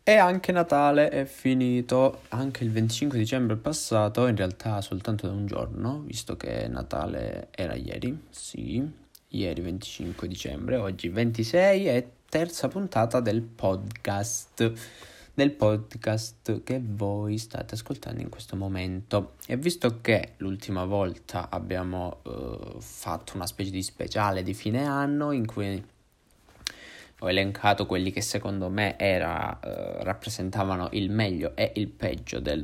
E anche Natale è finito, anche il 25 dicembre è passato, in realtà soltanto da un giorno, visto che Natale era ieri, sì, ieri 25 dicembre, oggi 26 e terza puntata del podcast che voi state ascoltando in questo momento. E visto che l'ultima volta abbiamo fatto una specie di speciale di fine anno in cui ho elencato quelli che secondo me rappresentavano il meglio e il peggio del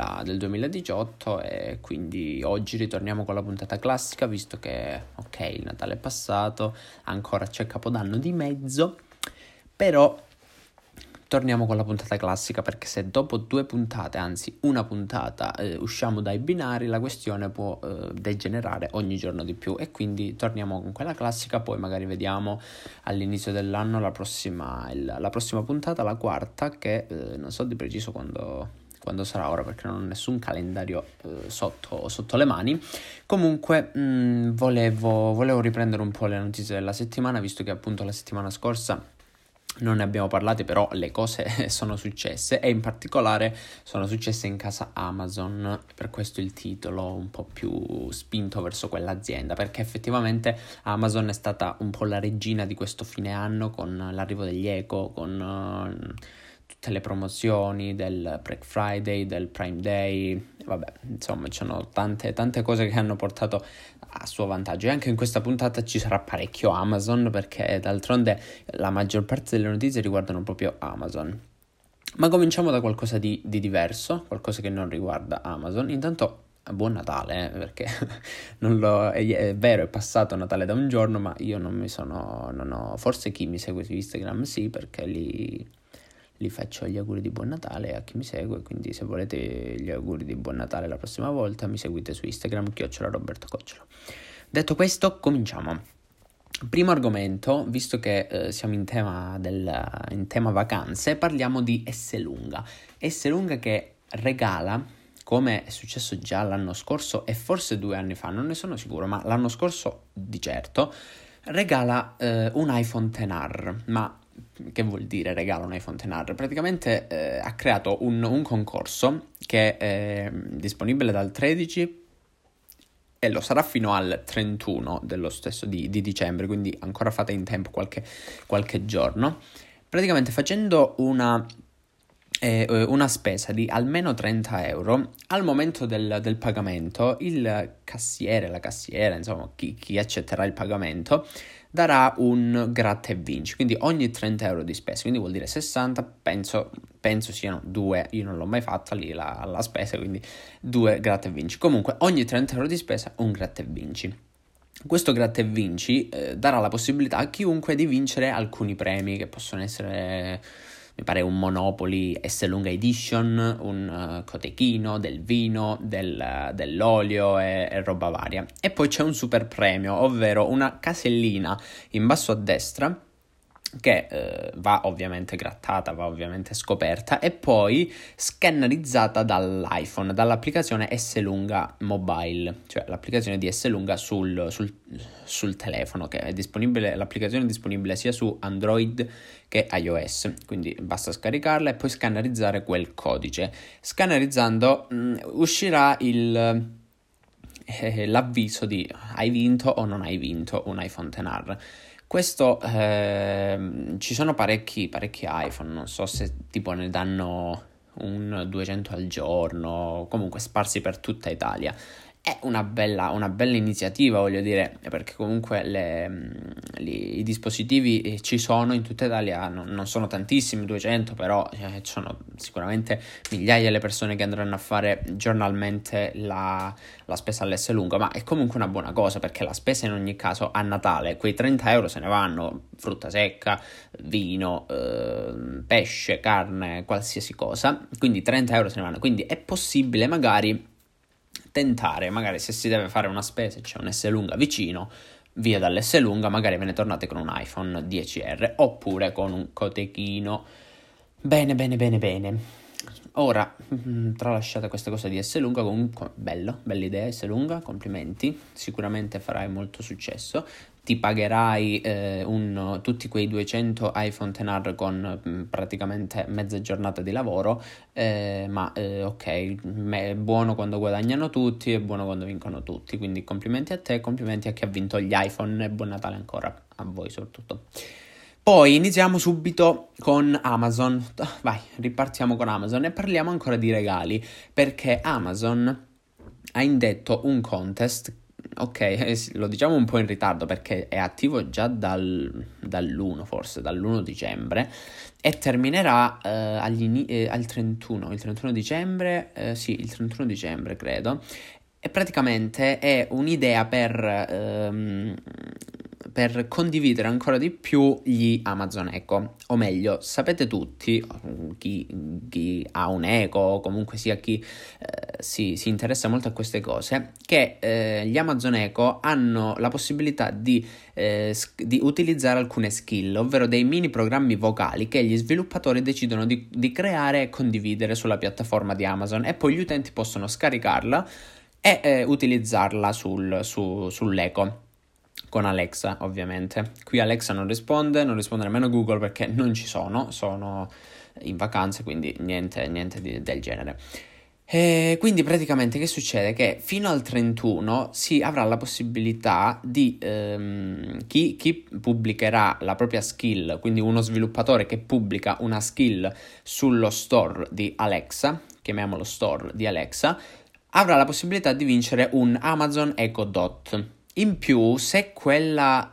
2018, e quindi oggi ritorniamo con la puntata classica, visto che ok, il Natale è passato, ancora c'è Capodanno di mezzo, però torniamo con la puntata classica, perché se dopo due puntate, anzi una puntata, usciamo dai binari, la questione può degenerare ogni giorno di più, e quindi torniamo con quella classica. Poi magari vediamo all'inizio dell'anno la prossima puntata, la quarta, che non so di preciso quando sarà ora, perché non ho nessun calendario sotto le mani. Comunque volevo riprendere un po' le notizie della settimana, visto che appunto la settimana scorsa non ne abbiamo parlato, però le cose sono successe, e in particolare sono successe in casa Amazon. Per questo il titolo un po' più spinto verso quell'azienda, perché effettivamente Amazon è stata un po' la regina di questo fine anno, con l'arrivo degli eco, con tutte le promozioni del Black Friday, del Prime Day, vabbè, insomma ci sono tante cose che hanno portato a suo vantaggio. E anche in questa puntata ci sarà parecchio Amazon, perché d'altronde la maggior parte delle notizie riguardano proprio Amazon. Ma cominciamo da qualcosa di diverso, qualcosa che non riguarda Amazon. Intanto buon Natale, perché è vero, è passato Natale da un giorno, ma io non ho, forse chi mi segue su Instagram sì, perché li faccio gli auguri di buon Natale a chi mi segue, quindi se volete gli auguri di buon Natale la prossima volta mi seguite su Instagram @RobertoCocciolo. Detto questo, cominciamo. Primo argomento, visto che siamo in tema vacanze, parliamo di Esselunga. Esselunga che regala, come è successo già l'anno scorso e forse 2 anni fa, non ne sono sicuro, ma l'anno scorso di certo, regala un iPhone XR. Ma che vuol dire regala un iPhone XR? Praticamente ha creato un concorso che è disponibile dal 13 e lo sarà fino al 31 dello stesso di dicembre, quindi ancora fate in tempo qualche giorno. Praticamente facendo una spesa di almeno 30 euro, al momento del pagamento il cassiere, la cassiera, insomma chi accetterà il pagamento, darà un gratta e vinci, quindi ogni 30 euro di spesa, quindi vuol dire 60, penso siano 2, io non l'ho mai fatta lì la spesa, quindi 2 gratta e vinci. Comunque ogni 30 euro di spesa un gratta e vinci. Questo gratta e vinci darà la possibilità a chiunque di vincere alcuni premi, che possono essere, mi pare, un Monopoly Esselunga Edition, un cotechino, del vino, dell'olio e roba varia. E poi c'è un super premio, ovvero una casellina in basso a destra, che va ovviamente grattata, va ovviamente scoperta e poi scannerizzata dall'iPhone, dall'applicazione Esselunga Mobile, cioè l'applicazione di Esselunga sul telefono, che è disponibile. L'applicazione è disponibile sia su Android che iOS, quindi basta scaricarla e poi scannerizzare quel codice. Scannerizzando uscirà l'avviso di hai vinto o non hai vinto un iPhone XR. Questo ci sono parecchi iPhone, non so se tipo ne danno un 200 al giorno, comunque sparsi per tutta Italia. È una bella iniziativa, voglio dire, perché comunque i dispositivi ci sono in tutta Italia, non sono tantissimi, 200, però ci sono sicuramente migliaia le persone che andranno a fare giornalmente la spesa all'Esselunga, ma è comunque una buona cosa, perché la spesa in ogni caso a Natale, quei 30 euro se ne vanno, frutta secca, vino, pesce, carne, qualsiasi cosa, quindi 30 euro se ne vanno, quindi è possibile magari tentare, magari se si deve fare una spesa e c'è un Esselunga vicino, via dall'Esselunga, magari ve ne tornate con un iPhone 10R oppure con un cotechino. Bene. Ora, tralasciata questa cosa di Esselunga, comunque bella idea Esselunga, complimenti, sicuramente farai molto successo. ti pagherai tutti quei 200 iPhone XR con praticamente mezza giornata di lavoro, ma ok, è buono quando guadagnano tutti, è buono quando vincono tutti, quindi complimenti a te, complimenti a chi ha vinto gli iPhone e buon Natale ancora a voi soprattutto. Poi iniziamo subito con Amazon. Vai, ripartiamo con Amazon e parliamo ancora di regali, perché Amazon ha indetto un contest. Ok, lo diciamo un po' in ritardo perché è attivo già dall'1 forse, dall'1 dicembre e terminerà al 31, il 31 dicembre, sì, il 31 dicembre credo. E praticamente è un'idea per condividere ancora di più gli Amazon Echo, o meglio, sapete tutti, chi ha un Echo o comunque sia chi si interessa molto a queste cose, che gli Amazon Echo hanno la possibilità di utilizzare alcune skill, ovvero dei mini programmi vocali che gli sviluppatori decidono di creare e condividere sulla piattaforma di Amazon e poi gli utenti possono scaricarla e utilizzarla sull'Echo. Con Alexa, ovviamente. Qui Alexa non risponde nemmeno Google perché non ci sono in vacanze, quindi niente del genere. E quindi praticamente che succede? Che fino al 31 si avrà la possibilità di chi pubblicherà la propria skill, quindi uno sviluppatore che pubblica una skill sullo store di Alexa, chiamiamolo store di Alexa, avrà la possibilità di vincere un Amazon Echo Dot. In più, se quella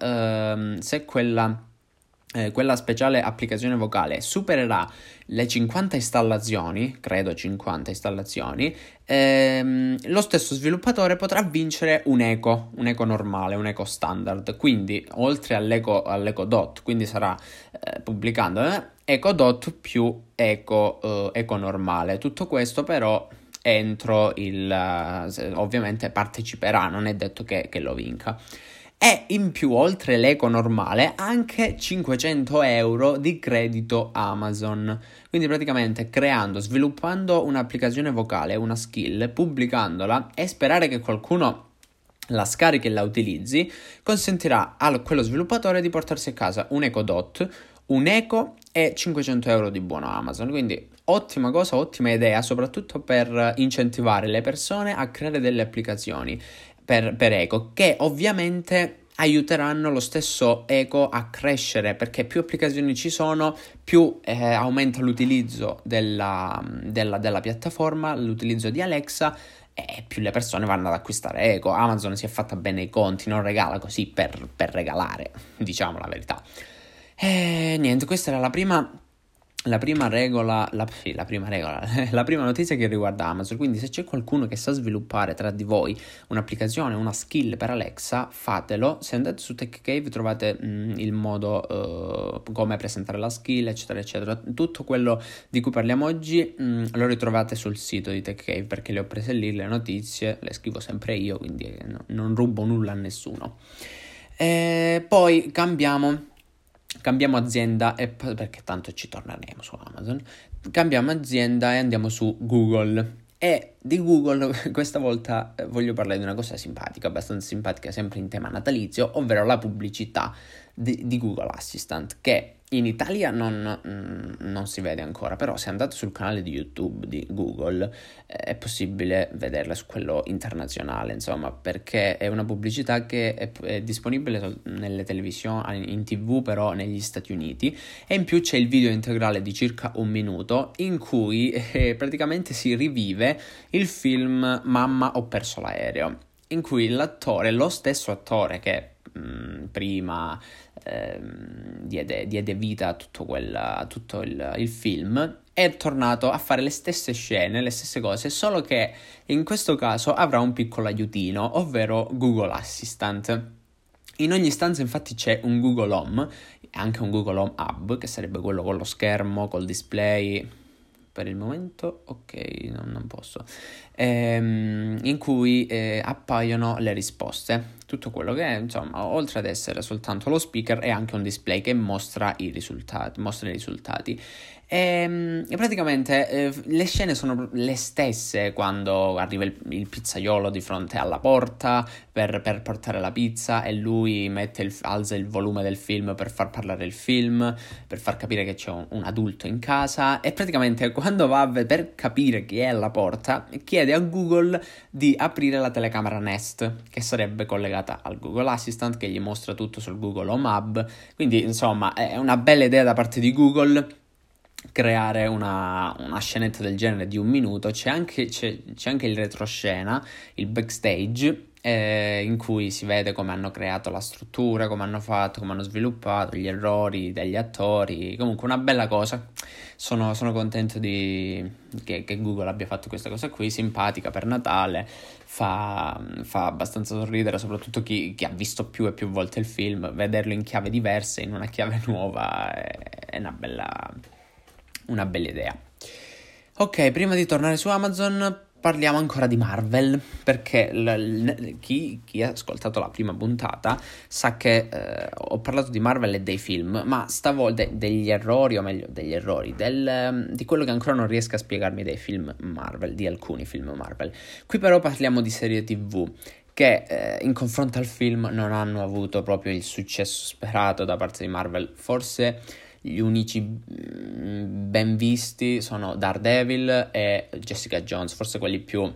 speciale applicazione vocale supererà le 50 installazioni, credo 50 installazioni, lo stesso sviluppatore potrà vincere un Echo normale, un Echo standard. Quindi, oltre all'Echo Dot, quindi sarà pubblicando Echo Dot più Echo normale. Tutto questo però entro ovviamente parteciperà, non è detto che lo vinca. E in più, oltre l'Eco normale, anche 500 euro di credito Amazon. Quindi praticamente sviluppando un'applicazione vocale, una skill, pubblicandola e sperare che qualcuno la scarichi e la utilizzi, consentirà a quello sviluppatore di portarsi a casa un Echo Dot, un Echo e 500 euro di buono Amazon. Quindi ottima cosa, ottima idea, soprattutto per incentivare le persone a creare delle applicazioni per Echo, che ovviamente aiuteranno lo stesso Echo a crescere, perché più applicazioni ci sono, più aumenta l'utilizzo della piattaforma, l'utilizzo di Alexa, e più le persone vanno ad acquistare Echo. Amazon si è fatta bene i conti, non regala così per regalare, diciamo la verità. E niente, questa era la prima regola, la prima notizia che riguarda Amazon. Quindi se c'è qualcuno che sa sviluppare tra di voi un'applicazione, una skill per Alexa, fatelo. Se andate su TechCave trovate il modo come presentare la skill, eccetera eccetera. Tutto quello di cui parliamo oggi lo ritrovate sul sito di TechCave, perché le ho prese lì le notizie, le scrivo sempre io, quindi non rubo nulla a nessuno. Poi cambiamo azienda, perché tanto ci torneremo su Amazon. Cambiamo azienda e andiamo su Google. E di Google questa volta voglio parlare di una cosa simpatica, abbastanza simpatica, sempre in tema natalizio, ovvero la pubblicità di Google Assistant, che in Italia non si vede ancora, però se andate sul canale di YouTube di Google è possibile vederla su quello internazionale, insomma, perché è una pubblicità che è disponibile nelle televisioni, in TV, però negli Stati Uniti, e in più c'è il video integrale di circa 1 minuto in cui praticamente si rivive il film Mamma ho perso l'aereo, in cui lo stesso attore che prima diede vita a tutto il film, è tornato a fare le stesse scene, le stesse cose, solo che in questo caso avrà un piccolo aiutino, ovvero Google Assistant. In ogni stanza infatti c'è un Google Home, anche un Google Home Hub, che sarebbe quello con lo schermo, col display. Per il momento, ok, non posso. In cui appaiono le risposte tutto quello che è, insomma, oltre ad essere soltanto lo speaker, è anche un display che mostra i risultati. E praticamente le scene sono le stesse quando arriva il pizzaiolo di fronte alla porta per portare la pizza e lui alza il volume del film per far parlare il film, per far capire che c'è un adulto in casa, e praticamente quando va per capire chi è alla porta chiede a Google di aprire la telecamera Nest, che sarebbe collegata al Google Assistant, che gli mostra tutto sul Google Home Hub. Quindi insomma è una bella idea da parte di Google creare una scenetta del genere di 1 minuto. C'è anche il retroscena, il backstage, in cui si vede come hanno creato la struttura, come hanno sviluppato, gli errori degli attori. Comunque una bella cosa. Sono contento che Google abbia fatto questa cosa qui, simpatica per Natale, fa abbastanza sorridere, soprattutto chi ha visto più e più volte il film. Vederlo in chiave diversa, in una chiave nuova, è una bella idea. Ok, prima di tornare su Amazon parliamo ancora di Marvel, perché chi ha ascoltato la prima puntata sa che ho parlato di Marvel e dei film, ma stavolta degli errori, o meglio degli errori, di quello che ancora non riesco a spiegarmi dei film Marvel, di alcuni film Marvel. Qui però parliamo di serie TV che in confronto al film non hanno avuto proprio il successo sperato da parte di Marvel. Forse gli unici ben visti sono Daredevil e Jessica Jones, forse quelli più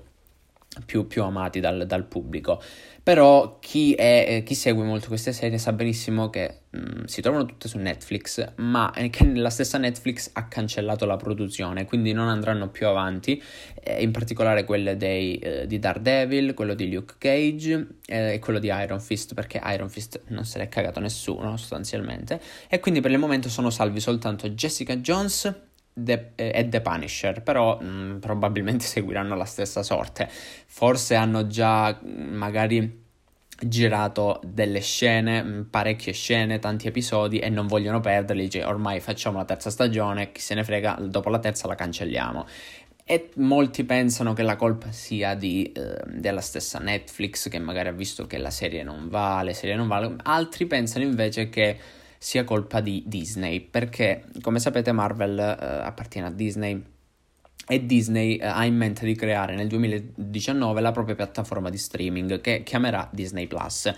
amati dal pubblico. Però chi segue molto queste serie sa benissimo che si trovano tutte su Netflix, ma che la stessa Netflix ha cancellato la produzione, quindi non andranno più avanti, in particolare quelle di Daredevil, quello di Luke Cage e quello di Iron Fist, perché Iron Fist non se l'è cagato nessuno sostanzialmente, e quindi per il momento sono salvi soltanto Jessica Jones e The Punisher, però probabilmente seguiranno la stessa sorte. Forse hanno già magari girato delle scene, parecchie scene, tanti episodi, e non vogliono perderli. Dice, ormai facciamo la terza stagione, chi se ne frega, dopo la terza la cancelliamo. E molti pensano che la colpa sia della stessa Netflix, che magari ha visto che la serie non va. Altri pensano invece che sia colpa di Disney, perché come sapete Marvel appartiene a Disney, e Disney ha in mente di creare nel 2019 la propria piattaforma di streaming, che chiamerà Disney Plus.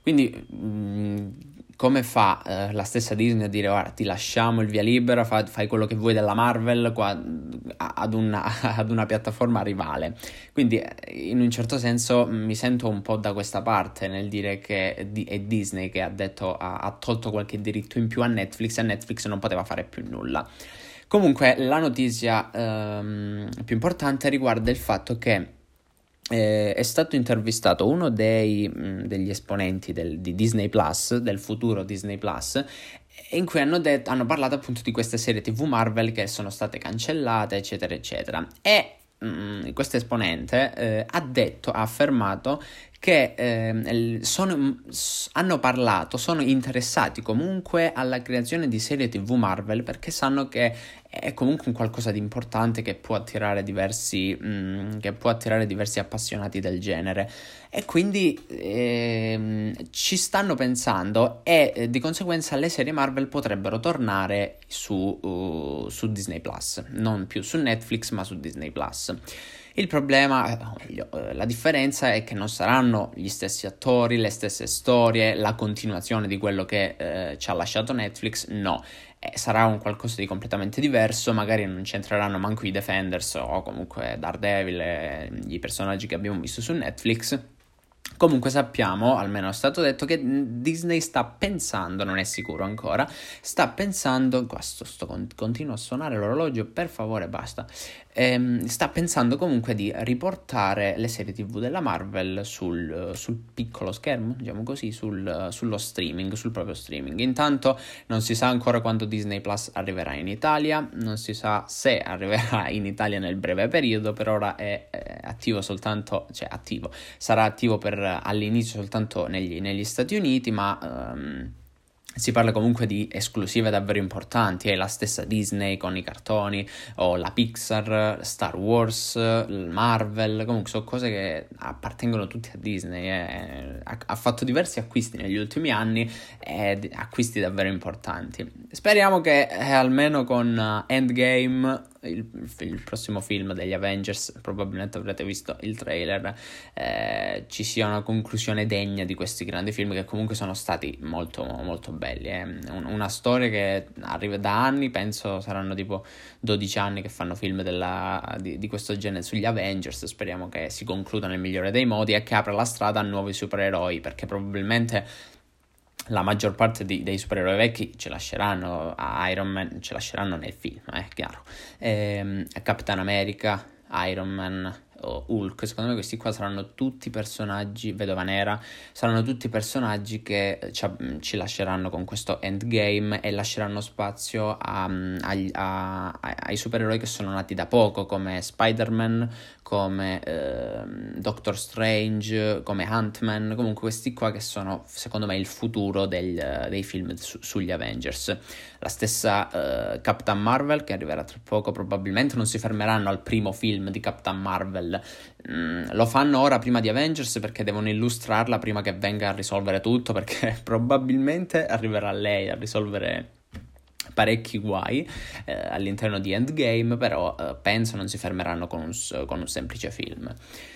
Quindi come fa la stessa Disney a dire guarda, ti lasciamo il via libera, fai quello che vuoi della Marvel qua, ad una piattaforma rivale. Quindi in un certo senso mi sento un po' da questa parte nel dire che è Disney che ha tolto qualche diritto in più a Netflix, e Netflix non poteva fare più nulla. Comunque la notizia più importante riguarda il fatto che è stato intervistato uno degli esponenti di Disney Plus, del futuro Disney Plus, in cui hanno parlato appunto di queste serie TV Marvel che sono state cancellate, eccetera, eccetera. E questo esponente ha affermato che sono interessati comunque alla creazione di serie TV Marvel, perché sanno che è comunque un qualcosa di importante che può attirare diversi appassionati del genere, e quindi ci stanno pensando, e di conseguenza le serie Marvel potrebbero tornare su Disney Plus, non più su Netflix ma su Disney Plus. Il problema, o meglio, la differenza è che non saranno gli stessi attori, le stesse storie, la continuazione di quello che ci ha lasciato Netflix, no. Sarà un qualcosa di completamente diverso, magari non c'entreranno manco i Defenders o comunque Daredevil e i personaggi che abbiamo visto su Netflix. Comunque sappiamo, almeno è stato detto, che Disney sta pensando, non è sicuro ancora, continuo a suonare l'orologio, per favore basta, sta pensando comunque di riportare le serie TV della Marvel sul piccolo schermo, diciamo così, sullo streaming, sul proprio streaming. Intanto non si sa ancora quando Disney Plus arriverà in Italia, non si sa se arriverà in Italia nel breve periodo. Per ora è attivo soltanto, sarà attivo all'inizio soltanto negli Stati Uniti, ma Si parla comunque di esclusive davvero importanti, è la stessa Disney con i cartoni, o la Pixar, Star Wars, Marvel, comunque sono cose che appartengono tutte a Disney. Ha fatto diversi acquisti negli ultimi anni, acquisti davvero importanti. Speriamo che almeno con Endgame, il prossimo film degli Avengers, probabilmente avrete visto il trailer, ci sia una conclusione degna di questi grandi film che comunque sono stati molto molto belli. È una storia che arriva da anni, penso saranno tipo 12 anni che fanno film di questo genere sugli Avengers. Speriamo che si concluda nel migliore dei modi e che apra la strada a nuovi supereroi, perché probabilmente la maggior parte dei supereroi vecchi ce lasceranno, a Iron Man ce lasceranno nel film, è chiaro. Capitan America, Iron Man o Hulk, secondo me questi qua saranno tutti personaggi, Vedova Nera, saranno tutti personaggi che ci lasceranno con questo Endgame e lasceranno spazio ai supereroi che sono nati da poco, come Spider-Man, come Doctor Strange, come Ant-Man, comunque questi qua che sono secondo me il futuro dei film sugli Avengers. La stessa Captain Marvel, che arriverà tra poco, probabilmente non si fermeranno al primo film di Captain Marvel. Lo fanno ora prima di Avengers perché devono illustrarla prima che venga a risolvere tutto, perché probabilmente arriverà lei a risolvere parecchi guai all'interno di Endgame, però penso non si fermeranno con un semplice film.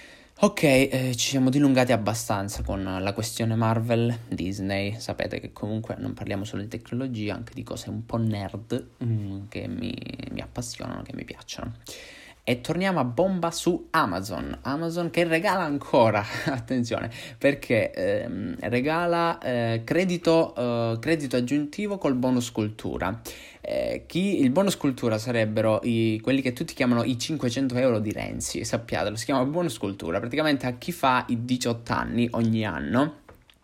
Ok, ci siamo dilungati abbastanza con la questione Marvel, Disney. Sapete che comunque non parliamo solo di tecnologia, anche di cose un po' nerd che mi appassionano, che mi piacciono. E torniamo a bomba su Amazon che regala ancora, attenzione, perché regala credito aggiuntivo col bonus cultura. Il bonus cultura sarebbero quelli che tutti chiamano i 500 euro di Renzi, sappiatelo, si chiama bonus cultura, praticamente a chi fa i 18 anni ogni anno.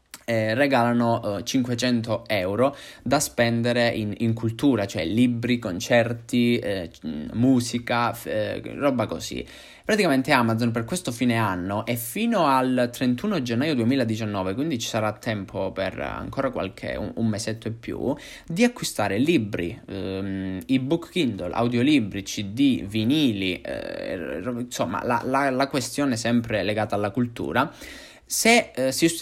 Regalano 500 euro da spendere in cultura, cioè libri, concerti, musica, roba così. Praticamente Amazon per questo fine anno e fino al 31 gennaio 2019, quindi ci sarà tempo per ancora un mesetto e più, di acquistare libri, ebook Kindle, audiolibri, CD, vinili, insomma la questione sempre legata alla cultura. Se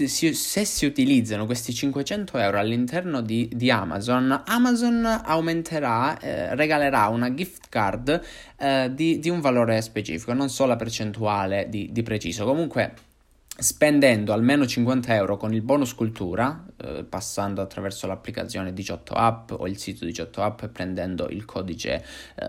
si utilizzano questi 500 euro all'interno di Amazon aumenterà, regalerà una gift card di un valore specifico, non so la percentuale di preciso. Comunque, spendendo almeno 50 euro con il bonus cultura, passando attraverso l'applicazione 18 app o il sito 18 app e prendendo il codice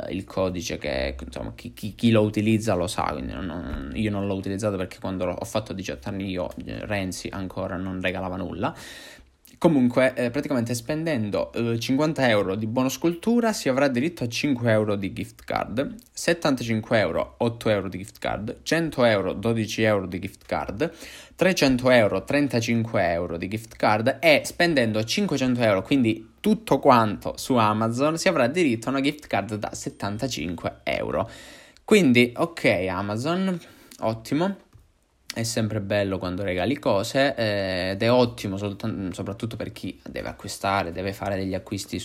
che insomma chi lo utilizza lo sa, quindi io non l'ho utilizzato perché quando ho fatto 18 anni Renzi ancora non regalava nulla. Comunque, praticamente spendendo 50 euro di bonus cultura si avrà diritto a 5 euro di gift card, 75 euro 8 euro di gift card, 100 euro 12 euro di gift card, 300 euro 35 euro di gift card e spendendo 500 euro, quindi tutto quanto su Amazon, si avrà diritto a una gift card da 75 euro. Quindi, ok Amazon, ottimo. È sempre bello quando regali cose ed è ottimo soprattutto per chi deve acquistare, deve fare degli acquisti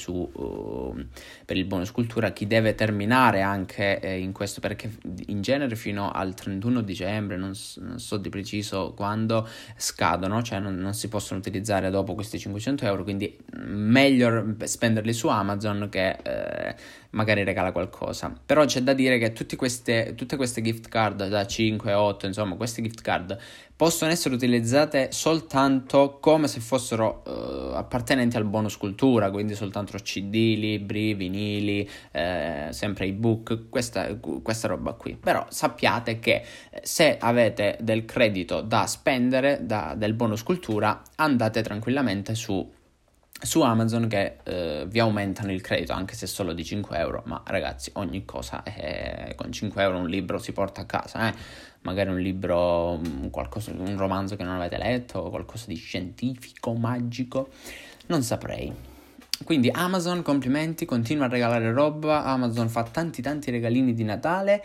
per il bonus cultura, chi deve terminare anche in questo, perché in genere fino al 31 dicembre, non so di preciso quando scadono, cioè non si possono utilizzare dopo questi 500 euro, quindi meglio spenderli su Amazon che magari regala qualcosa. Però c'è da dire che tutte queste gift card da 5, 8, insomma queste gift card possono essere utilizzate soltanto come se fossero appartenenti al bonus cultura, quindi soltanto CD, libri, vinili, sempre ebook, questa roba qui. Però sappiate che se avete del credito da spendere del bonus cultura, andate tranquillamente su Amazon che vi aumentano il credito, anche se solo di 5 euro, ma ragazzi ogni cosa con 5 euro un libro si porta a casa, magari un libro, un romanzo che non avete letto, qualcosa di scientifico, magico, non saprei. Quindi Amazon, complimenti, continua a regalare roba, Amazon fa tanti regalini di Natale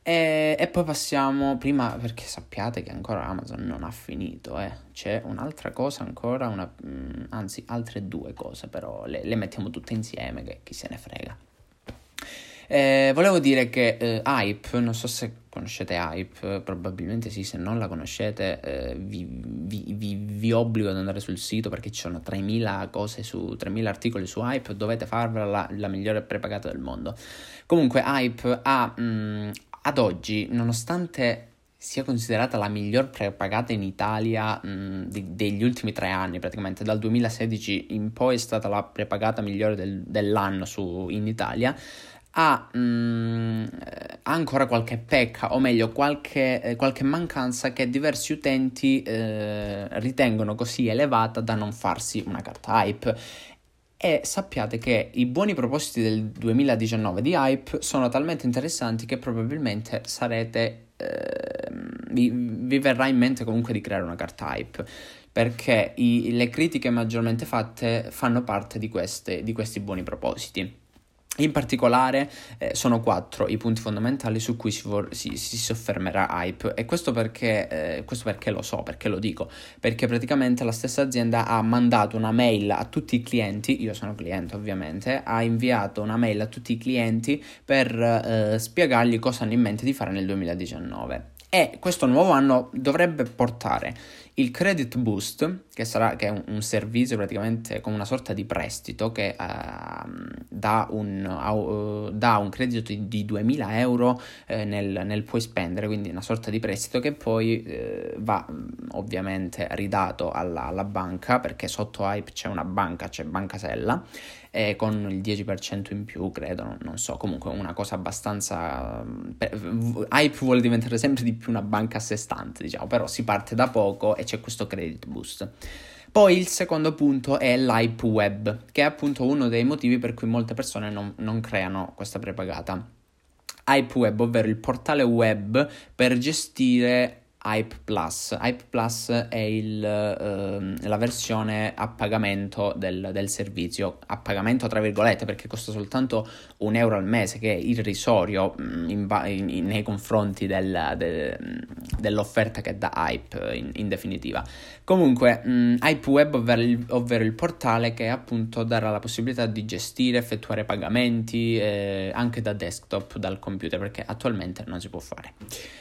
E poi passiamo, prima perché sappiate che ancora Amazon non ha finito, c'è un'altra cosa ancora, anzi altre due cose, però le mettiamo tutte insieme, che chi se ne frega. Volevo dire che Hype, non so se conoscete Hype, probabilmente sì, se non la conoscete vi obbligo ad andare sul sito, perché ci sono 3.000 cose 3.000 articoli su Hype, dovete farvela, la migliore prepagata del mondo. Comunque Hype ha ad oggi, nonostante sia considerata la miglior prepagata in Italia degli ultimi 3 anni, praticamente dal 2016 in poi è stata la prepagata migliore dell'anno in Italia, ha ancora qualche pecca, o meglio qualche mancanza che diversi utenti ritengono così elevata da non farsi una carta Hype. E sappiate che i buoni propositi del 2019 di Hype sono talmente interessanti che probabilmente vi verrà in mente comunque di creare una carta Hype, perché le critiche maggiormente fatte fanno parte di questi buoni propositi. In particolare sono 4 i punti fondamentali su cui si soffermerà Hype, e questo perché lo so, perché lo dico, perché praticamente la stessa azienda ha mandato una mail a tutti i clienti, io sono cliente ovviamente, ha inviato una mail a tutti i clienti per spiegargli cosa hanno in mente di fare nel 2019. E questo nuovo anno dovrebbe portare il Credit Boost, che è un servizio praticamente come una sorta di prestito che dà un credito di 2.000 euro nel puoi spendere, quindi una sorta di prestito che poi va ovviamente ridato alla banca, perché sotto Hype c'è Banca Sella, con il 10% in più, credo, non so, comunque una cosa abbastanza... Hype vuole diventare sempre di più una banca a sé stante, diciamo, però si parte da poco e c'è questo credit boost. Poi il secondo punto è l'Hype Web, che è appunto uno dei motivi per cui molte persone non creano questa prepagata. Hype Web, ovvero il portale web per gestire Hype Plus. Hype Plus è la versione a pagamento del servizio, a pagamento tra virgolette, perché costa soltanto €1 al mese, che è irrisorio nei confronti dell'offerta che dà Hype in definitiva. Comunque Hype Web, ovvero il portale che appunto darà la possibilità di gestire, effettuare pagamenti anche da desktop, dal computer, perché attualmente non si può fare.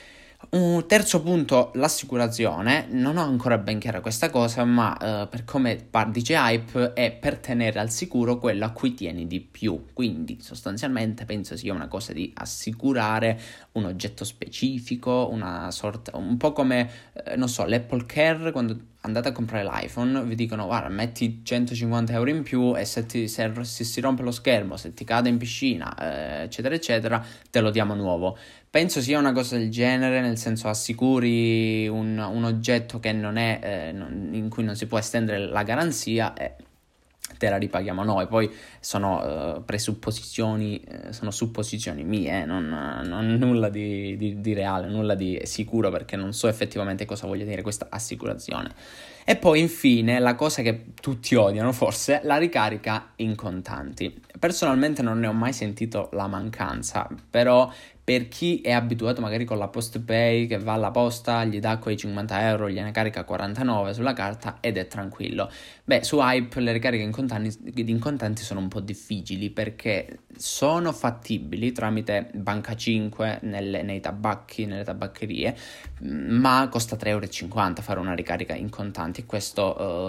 Un terzo punto, l'assicurazione. Non ho ancora ben chiara questa cosa, ma per come dice Hype è per tenere al sicuro quello a cui tieni di più. Quindi sostanzialmente penso sia una cosa di assicurare un oggetto specifico, una sorta, un po' come, non so, l'Apple Care. Quando andate a comprare l'iPhone vi dicono: guarda, metti 150 euro in più e se si rompe lo schermo, se ti cade in piscina, eccetera eccetera, te lo diamo nuovo. Penso sia una cosa del genere, nel senso assicuri un oggetto che non è in cui non si può estendere la garanzia e te la ripaghiamo noi. Poi sono presupposizioni, sono supposizioni mie, non nulla di reale, nulla di sicuro, perché non so effettivamente cosa voglia dire questa assicurazione. E poi infine la cosa che tutti odiano forse, la ricarica in contanti. Personalmente non ne ho mai sentito la mancanza, però per chi è abituato magari con la PostPay, che va alla posta, gli dà quei 50 euro, gliene carica 49 sulla carta ed è tranquillo. Beh, su Hype le ricariche in contanti sono un po' difficili, perché sono fattibili tramite Banca 5 nelle tabaccherie, ma costa 3,50 euro fare una ricarica in contanti, e questo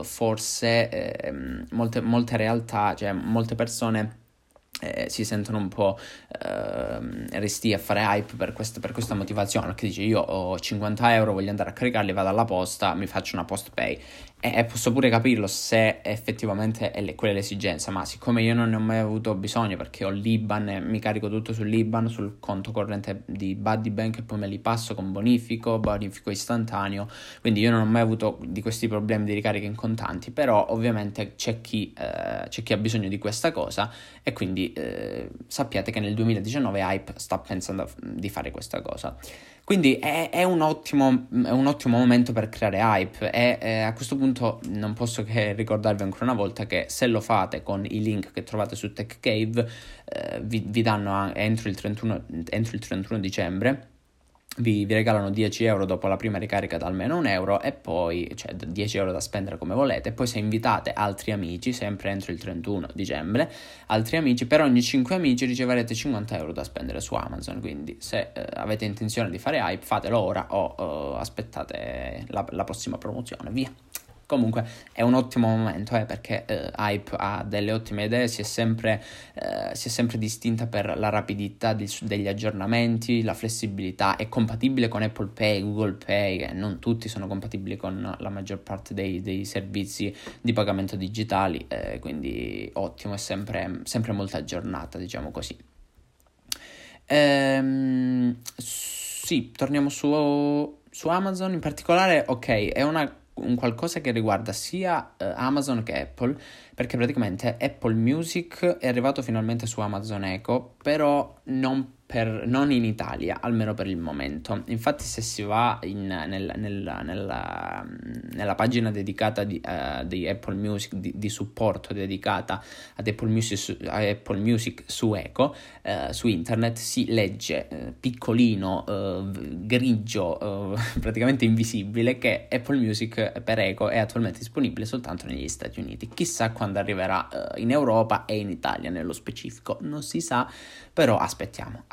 forse molte realtà, cioè molte persone si sentono un po' restii a fare Hype per questa motivazione, perché dice: io ho 50 euro, voglio andare a caricarli, vado alla posta, mi faccio una PostPay, e posso pure capirlo se effettivamente è quella l'esigenza, ma siccome io non ne ho mai avuto bisogno, perché ho l'Iban e mi carico tutto sull'Iban, sul conto corrente di Buddy Bank, e poi me li passo con bonifico istantaneo, quindi io non ho mai avuto di questi problemi di ricarica in contanti. Però ovviamente c'è chi ha bisogno di questa cosa, e quindi sappiate che nel 2019 Hype sta pensando di fare questa cosa. Quindi è un ottimo momento per creare Hype, e a questo punto non posso che ricordarvi ancora una volta che se lo fate con i link che trovate su Tech Cave vi danno entro il 31 dicembre vi regalano 10 euro dopo la prima ricarica da almeno 1 euro, e poi, cioè 10 euro da spendere come volete, e poi se invitate altri amici, sempre entro il 31 dicembre, altri amici, per ogni 5 amici riceverete 50 euro da spendere su Amazon. Quindi se avete intenzione di fare Hype, fatelo ora o aspettate la prossima promozione, via. Comunque è un ottimo momento, perché Hype ha delle ottime idee, si è sempre distinta per la rapidità degli aggiornamenti, la flessibilità, è compatibile con Apple Pay, Google Pay, che non tutti sono compatibili con la maggior parte dei servizi di pagamento digitali, quindi ottimo, è sempre molto aggiornata, diciamo così. Sì, torniamo su Amazon in particolare. Ok, è un qualcosa che riguarda sia Amazon che Apple, perché praticamente Apple Music è arrivato finalmente su Amazon Echo, però non in Italia, almeno per il momento. Infatti se si va nella pagina dedicata di Apple Music, di supporto dedicata ad Apple Music su Echo, su internet, si legge piccolino, grigio, praticamente invisibile, che Apple Music per Echo è attualmente disponibile soltanto negli Stati Uniti. Chissà quando arriverà in Europa e in Italia nello specifico, non si sa, però attendiamo.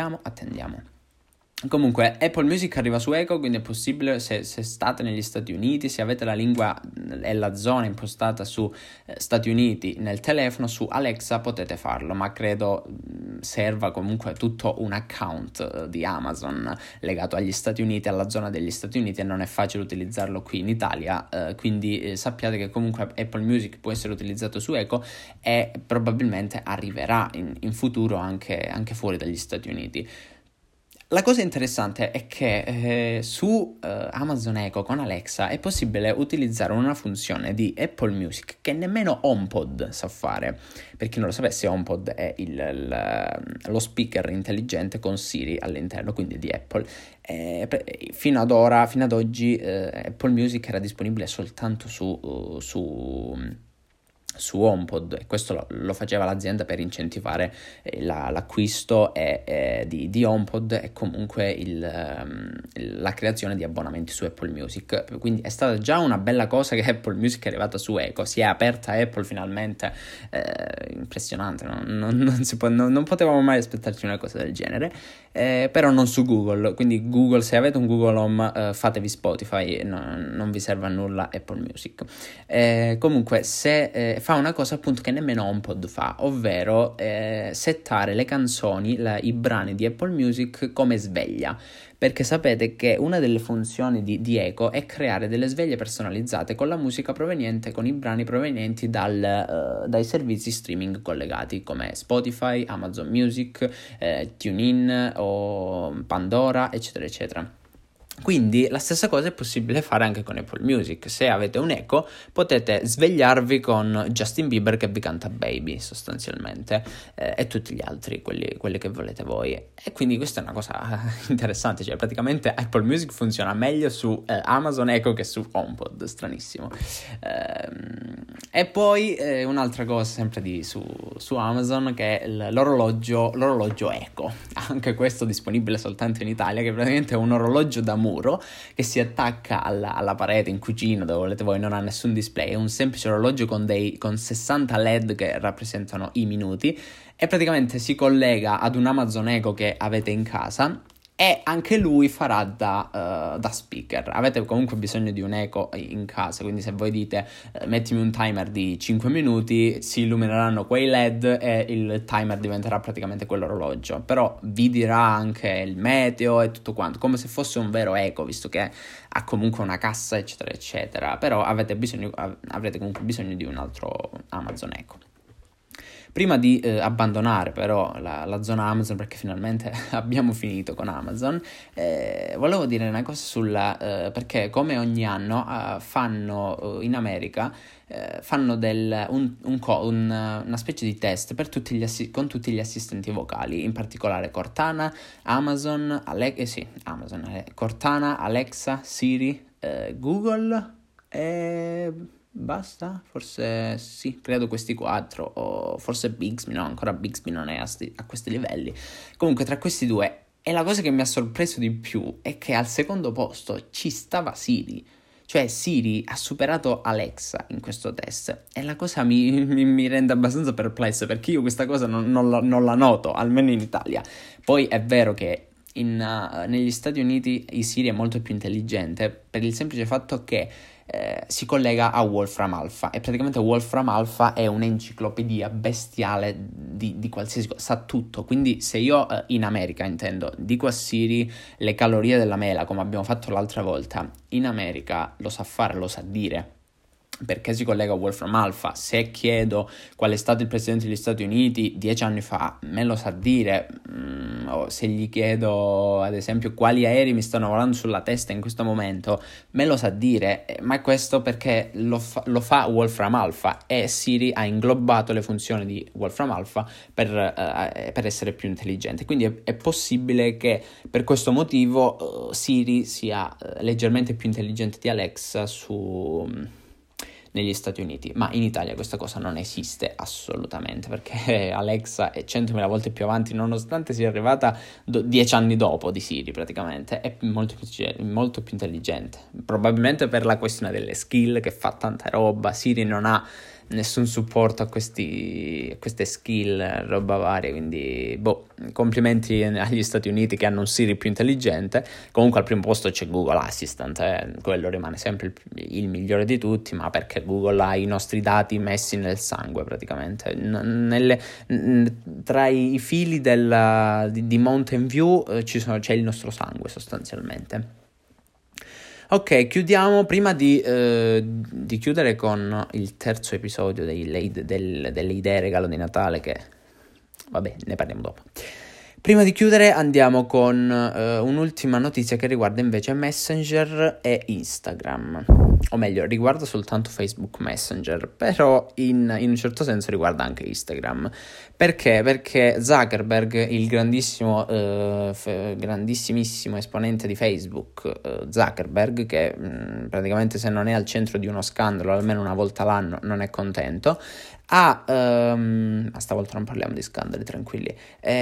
Comunque Apple Music arriva su Echo, quindi è possibile, se state negli Stati Uniti, se avete la lingua e la zona impostata su Stati Uniti nel telefono, su Alexa potete farlo, ma credo serva comunque tutto un account di Amazon legato agli Stati Uniti, alla zona degli Stati Uniti, e non è facile utilizzarlo qui in Italia, quindi sappiate che comunque Apple Music può essere utilizzato su Echo e probabilmente arriverà in futuro anche fuori dagli Stati Uniti. La cosa interessante è che su Amazon Echo con Alexa è possibile utilizzare una funzione di Apple Music che nemmeno HomePod sa fare. Per chi non lo sapesse, HomePod è lo speaker intelligente con Siri all'interno, quindi di Apple. Fino ad oggi Apple Music era disponibile soltanto su HomePod, e questo lo faceva l'azienda per incentivare l'acquisto di HomePod e comunque la creazione di abbonamenti su Apple Music. Quindi è stata già una bella cosa che Apple Music è arrivata su Echo, si è aperta Apple finalmente, impressionante, no? Non potevamo mai aspettarci una cosa del genere, però non su Google. Quindi Google, se avete un Google Home, fatevi Spotify, non vi serve a nulla Apple Music. Comunque fa una cosa appunto che nemmeno HomePod fa, ovvero settare le canzoni, i brani di Apple Music come sveglia, perché sapete che una delle funzioni di Echo è creare delle sveglie personalizzate con la musica proveniente, con i brani provenienti dai servizi streaming collegati come Spotify, Amazon Music, TuneIn o Pandora, eccetera eccetera. Quindi la stessa cosa è possibile fare anche con Apple Music. Se avete un Echo potete svegliarvi con Justin Bieber che vi canta Baby sostanzialmente, e tutti gli altri, quelli che volete voi. E quindi questa è una cosa interessante, cioè praticamente Apple Music funziona meglio su Amazon Echo che su HomePod, stranissimo. E poi un'altra cosa sempre su Amazon, che è l'orologio Echo, anche questo disponibile soltanto in Italia, che praticamente è un orologio da muro che si attacca alla parete in cucina, dove volete voi, non ha nessun display, è un semplice orologio con 60 LED che rappresentano i minuti, e praticamente si collega ad un Amazon Echo che avete in casa, e anche lui farà da speaker. Avete comunque bisogno di un Echo in casa, quindi se voi dite mettimi un timer di 5 minuti, si illumineranno quei LED e il timer diventerà praticamente quell'orologio, però vi dirà anche il meteo e tutto quanto, come se fosse un vero Echo, visto che ha comunque una cassa eccetera eccetera, però avrete comunque bisogno di un altro Amazon Echo. Prima di abbandonare però la zona Amazon, perché finalmente abbiamo finito con Amazon, volevo dire una cosa perché come ogni anno fanno in America fanno una specie di test per con tutti gli assistenti vocali, in particolare Cortana, Amazon, Cortana, Alexa, Siri, Google e basta, forse sì, credo questi 4, o forse Bixby, no, ancora Bixby non è a questi livelli. Comunque tra questi due E la cosa che mi ha sorpreso di più è che al secondo posto ci stava Siri. Cioè Siri ha superato Alexa in questo test e la cosa mi rende abbastanza perplesso, perché io questa cosa non la noto, almeno in Italia. Poi è vero che negli Stati Uniti Siri è molto più intelligente per il semplice fatto che si collega a Wolfram Alpha, e praticamente Wolfram Alpha è un'enciclopedia bestiale di qualsiasi cosa, sa tutto. Quindi se io in America, intendo, dico a Siri le calorie della mela, come abbiamo fatto l'altra volta, in America lo sa fare, lo sa dire, perché si collega a Wolfram Alpha. Se chiedo qual è stato il presidente degli Stati Uniti 10 anni fa, me lo sa dire. O se gli chiedo ad esempio quali aerei mi stanno volando sulla testa in questo momento, me lo sa dire. Ma questo perché lo fa Wolfram Alpha, e Siri ha inglobato le funzioni di Wolfram Alpha per essere più intelligente. Quindi è possibile che per questo motivo Siri sia leggermente più intelligente di Alexa negli Stati Uniti, ma in Italia questa cosa non esiste assolutamente, perché Alexa è 100.000 volte più avanti, nonostante sia arrivata 10 anni dopo di Siri praticamente. È molto più intelligente, probabilmente per la questione delle skill, che fa tanta roba. Siri non ha nessun supporto a queste skill, roba varia, quindi complimenti agli Stati Uniti che hanno un Siri più intelligente. Comunque al primo posto c'è Google Assistant, quello rimane sempre il migliore di tutti, ma perché Google ha i nostri dati messi nel sangue praticamente, tra i fili di Mountain View c'è il nostro sangue sostanzialmente. Ok, chiudiamo. Prima di chiudere con il terzo episodio delle idee regalo di Natale, che vabbè, ne parliamo dopo. Prima di chiudere andiamo con un'ultima notizia che riguarda invece Messenger e Instagram, o meglio riguarda soltanto Facebook Messenger, però in un certo senso riguarda anche Instagram. Perché? Perché Zuckerberg, il grandissimissimo esponente di Facebook, Zuckerberg, che praticamente se non è al centro di uno scandalo almeno una volta l'anno non è contento, stavolta non parliamo di scandali, tranquilli,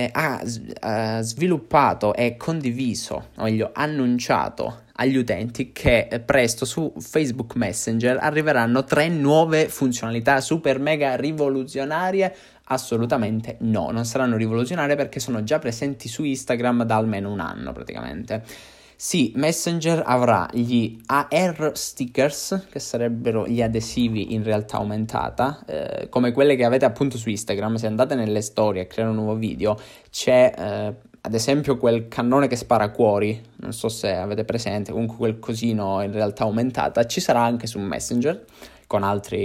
ha sviluppato e condiviso, o meglio annunciato agli utenti che presto su Facebook Messenger arriveranno 3 nuove funzionalità super mega rivoluzionarie. Assolutamente no, non saranno rivoluzionarie perché sono già presenti su Instagram da almeno un anno praticamente. Sì, Messenger avrà gli AR stickers, che sarebbero gli adesivi in realtà aumentata, come quelle che avete appunto su Instagram. Se andate nelle storie a creare un nuovo video, c'è ad esempio quel cannone che spara cuori, non so se avete presente, comunque quel cosino in realtà aumentata, ci sarà anche su Messenger, con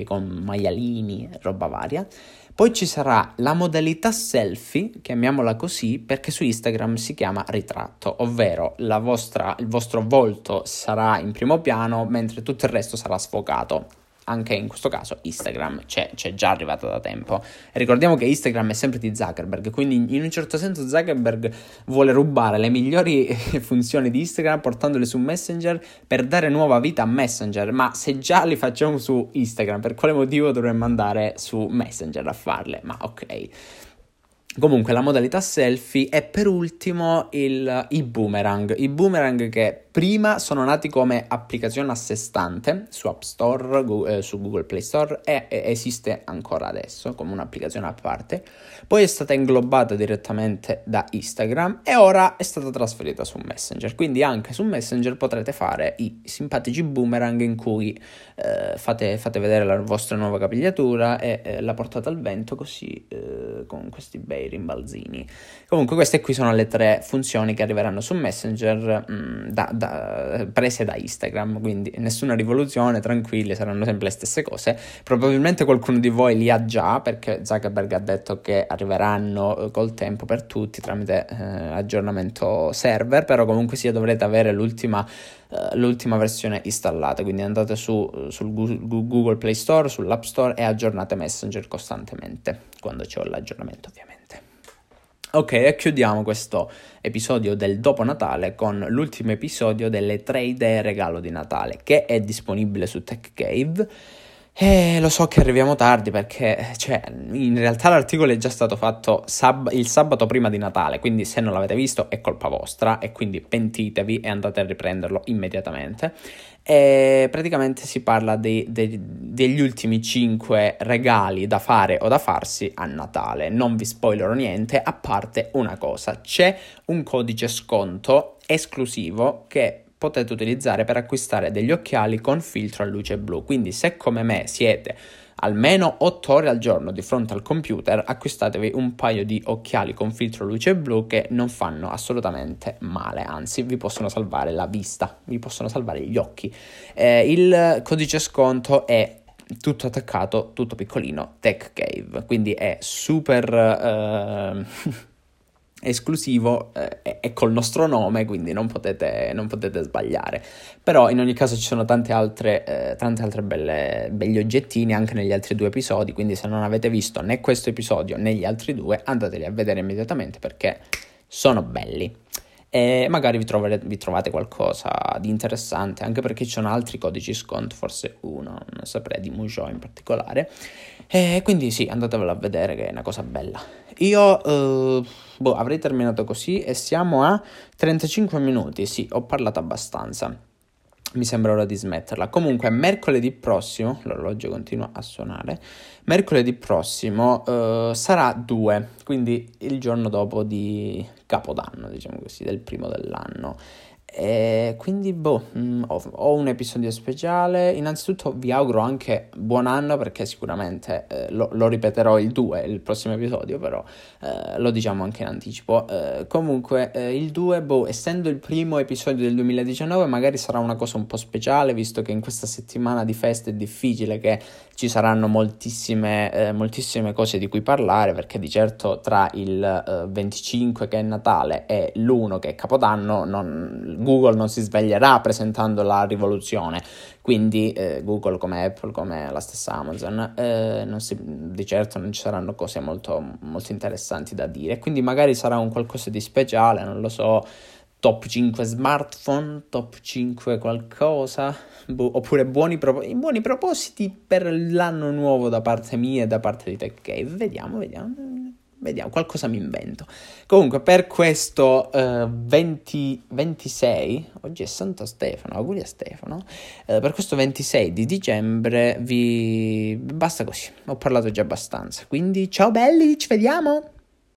maialini, roba varia. Poi ci sarà la modalità selfie, chiamiamola così, perché su Instagram si chiama ritratto, ovvero il vostro volto sarà in primo piano mentre tutto il resto sarà sfocato. Anche in questo caso Instagram c'è già arrivata da tempo. Ricordiamo che Instagram è sempre di Zuckerberg, quindi in un certo senso Zuckerberg vuole rubare le migliori funzioni di Instagram portandole su Messenger per dare nuova vita a Messenger. Ma se già li facciamo su Instagram, per quale motivo dovremmo andare su Messenger a farle? Ma ok. Comunque la modalità selfie, e per ultimo i boomerang che prima sono nati come applicazione a sé stante su App Store, su Google Play Store, e esiste ancora adesso come un'applicazione a parte. Poi è stata inglobata direttamente da Instagram e ora è stata trasferita su Messenger. Quindi anche su Messenger potrete fare i simpatici boomerang in cui fate vedere la vostra nuova capigliatura e la portate al vento così, con questi bei rimbalzini. Comunque queste qui sono le 3 funzioni che arriveranno su Messenger prese da Instagram, quindi nessuna rivoluzione, tranquilli, saranno sempre le stesse cose. Probabilmente qualcuno di voi li ha già, perché Zuckerberg ha detto che arriveranno col tempo per tutti tramite aggiornamento server, però comunque sia dovrete avere l'ultima versione installata, quindi andate sul Google Play Store, sull'App Store, e aggiornate Messenger costantemente quando c'è l'aggiornamento, ovviamente. Ok, e chiudiamo questo episodio del dopo Natale con l'ultimo episodio delle 3 idee regalo di Natale, che è disponibile su Tech Cave. Lo so che arriviamo tardi perché, cioè, in realtà l'articolo è già stato fatto il sabato prima di Natale, quindi se non l'avete visto è colpa vostra e quindi pentitevi e andate a riprenderlo immediatamente. E praticamente si parla degli ultimi 5 regali da fare o da farsi a Natale. Non vi spoilerò niente, a parte una cosa: c'è un codice sconto esclusivo che potete utilizzare per acquistare degli occhiali con filtro a luce blu. Quindi se come me siete almeno 8 ore al giorno di fronte al computer, acquistatevi un paio di occhiali con filtro a luce blu che non fanno assolutamente male, anzi vi possono salvare la vista, vi possono salvare gli occhi. Il codice sconto è tutto attaccato, tutto piccolino, Tech Cave, quindi è super esclusivo e col nostro nome, quindi non potete sbagliare. Però in ogni caso ci sono tante altre belli oggettini anche negli altri 2 episodi, quindi se non avete visto né questo episodio né gli altri 2, andateli a vedere immediatamente perché sono belli. E magari vi trovate qualcosa di interessante, anche perché ci sono altri codici sconto, forse uno, non saprei, di Moujon in particolare. E quindi sì, andatevelo a vedere che è una cosa bella. Io avrei terminato così e siamo a 35 minuti, sì, ho parlato abbastanza. Mi sembra ora di smetterla. Comunque, mercoledì prossimo, l'orologio continua a suonare, mercoledì prossimo sarà 2, quindi il giorno dopo di Capodanno, diciamo così, del primo dell'anno. E quindi, ho un episodio speciale. Innanzitutto vi auguro anche buon anno, perché sicuramente lo ripeterò il 2, il prossimo episodio, però lo diciamo anche in anticipo. Comunque, il 2, essendo il primo episodio del 2019, magari sarà una cosa un po' speciale, visto che in questa settimana di feste è difficile che ci saranno moltissime cose di cui parlare, perché di certo tra il 25 che è Natale e l'1 che è Capodanno Google non si sveglierà presentando la rivoluzione, quindi Google come Apple, come la stessa Amazon, di certo non ci saranno cose molto, molto interessanti da dire, quindi magari sarà un qualcosa di speciale, non lo so, top 5 smartphone, top 5 qualcosa, oppure buoni propositi per l'anno nuovo da parte mia e da parte di Tech Cave. Vediamo, qualcosa mi invento. Comunque, per questo 26, oggi è Santo Stefano, auguri a Stefano, per questo 26 di dicembre basta così, ho parlato già abbastanza, quindi ciao belli, ci vediamo!